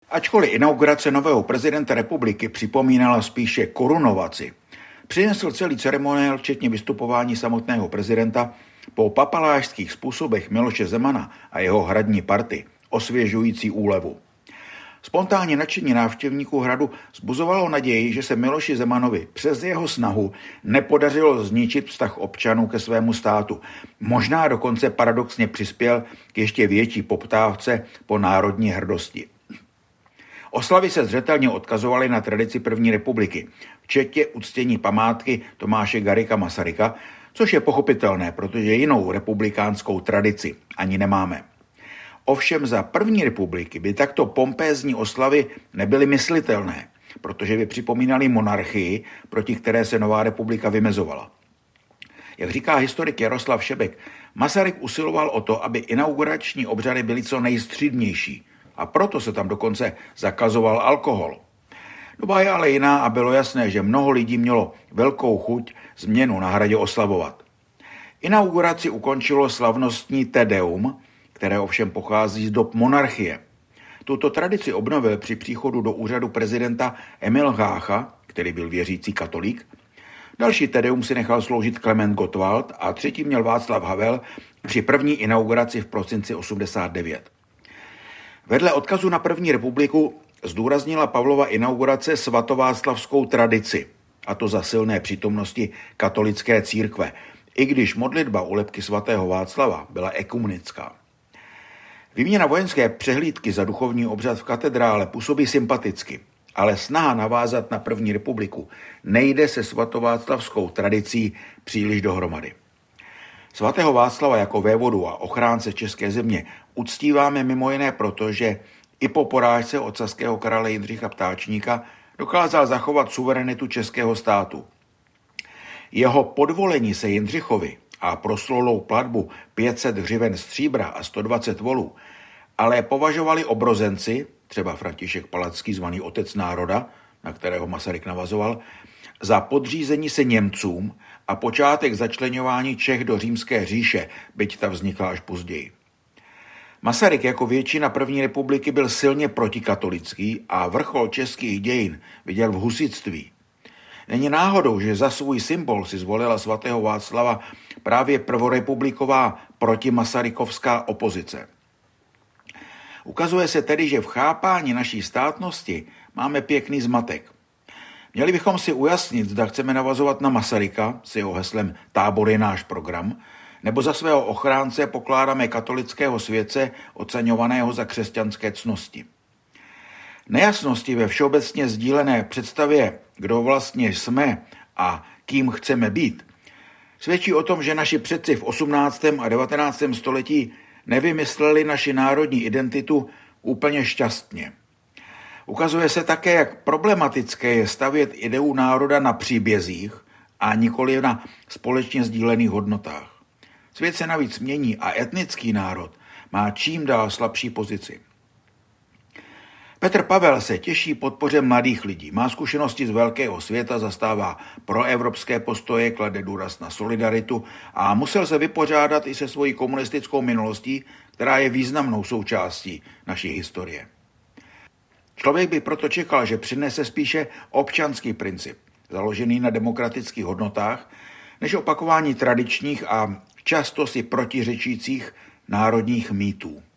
Ačkoliv inaugurace nového prezidenta republiky připomínala spíše korunovaci, přinesl celý ceremoniál, včetně vystupování samotného prezidenta, po papalášských způsobech Miloše Zemana a jeho hradní party osvěžující úlevu. Spontánně nadšení návštěvníků hradu vzbuzovalo naději, že se Miloši Zemanovi přes jeho snahu nepodařilo zničit vztah občanů ke svému státu. Možná dokonce paradoxně přispěl k ještě větší poptávce po národní hrdosti. Oslavy se zřetelně odkazovaly na tradici první republiky, včetně uctění památky Tomáše Garrigua Masaryka, což je pochopitelné, protože jinou republikánskou tradici ani nemáme. Ovšem za první republiky by takto pompézní oslavy nebyly myslitelné, protože by připomínaly monarchii, proti které se nová republika vymezovala. Jak říká historik Jaroslav Šebek, Masaryk usiloval o to, aby inaugurační obřady byly co nejstřídnější, a proto se tam dokonce zakazoval alkohol. Doba je ale jiná a bylo jasné, že mnoho lidí mělo velkou chuť změnu na hradě oslavovat. Inauguraci ukončilo slavnostní Tedeum, které ovšem pochází z dob monarchie. Tuto tradici obnovil při příchodu do úřadu prezidenta Emil Hácha, který byl věřící katolík. Další Tedeum si nechal sloužit Klement Gottwald a třetí měl Václav Havel při první inauguraci v prosinci 89. Vedle odkazu na první republiku zdůraznila Pavlova inaugurace svatováclavskou tradici, a to za silné přítomnosti katolické církve, i když modlitba u lebky svatého Václava byla ekumenická. Výměna vojenské přehlídky za duchovní obřad v katedrále působí sympaticky, ale snaha navázat na první republiku nejde se svatováclavskou tradicí příliš dohromady. Svatého Václava jako vévodu a ochránce české země uctíváme mimo jiné proto, že i po porážce od saského krále Jindřicha Ptáčníka dokázal zachovat suverenitu českého státu. Jeho podvolení se Jindřichovi a proslulou platbu 500 hřiven stříbra a 120 volů, ale považovali obrozenci, třeba František Palacký zvaný otec národa, na kterého Masaryk navazoval, za podřízení se Němcům a počátek začleňování Čech do římské říše, byť ta vznikla až později. Masaryk jako většina první republiky byl silně protikatolický a vrchol českých dějin viděl v husitství. Není náhodou, že za svůj symbol si zvolila svatého Václava právě prvorepubliková protimasarykovská opozice. Ukazuje se tedy, že v chápání naší státnosti máme pěkný zmatek. Měli bychom si ujasnit, zda chceme navazovat na Masaryka s jeho heslem Tábor je náš program, nebo za svého ochránce pokládáme katolického světce oceňovaného za křesťanské ctnosti. Nejasnosti ve všeobecně sdílené představě, kdo vlastně jsme a kým chceme být, svědčí o tom, že naši předci v 18. a 19. století nevymysleli naši národní identitu úplně šťastně. Ukazuje se také, jak problematické je stavět ideu národa na příbězích a nikoli na společně sdílených hodnotách. Svět se navíc mění a etnický národ má čím dál slabší pozici. Petr Pavel se těší podpoře mladých lidí, má zkušenosti z velkého světa, zastává proevropské postoje, klade důraz na solidaritu a musel se vypořádat i se svojí komunistickou minulostí, která je významnou součástí naší historie. Člověk by proto čekal, že přinese spíše občanský princip, založený na demokratických hodnotách, než opakování tradičních a často si protiřečících národních mýtů.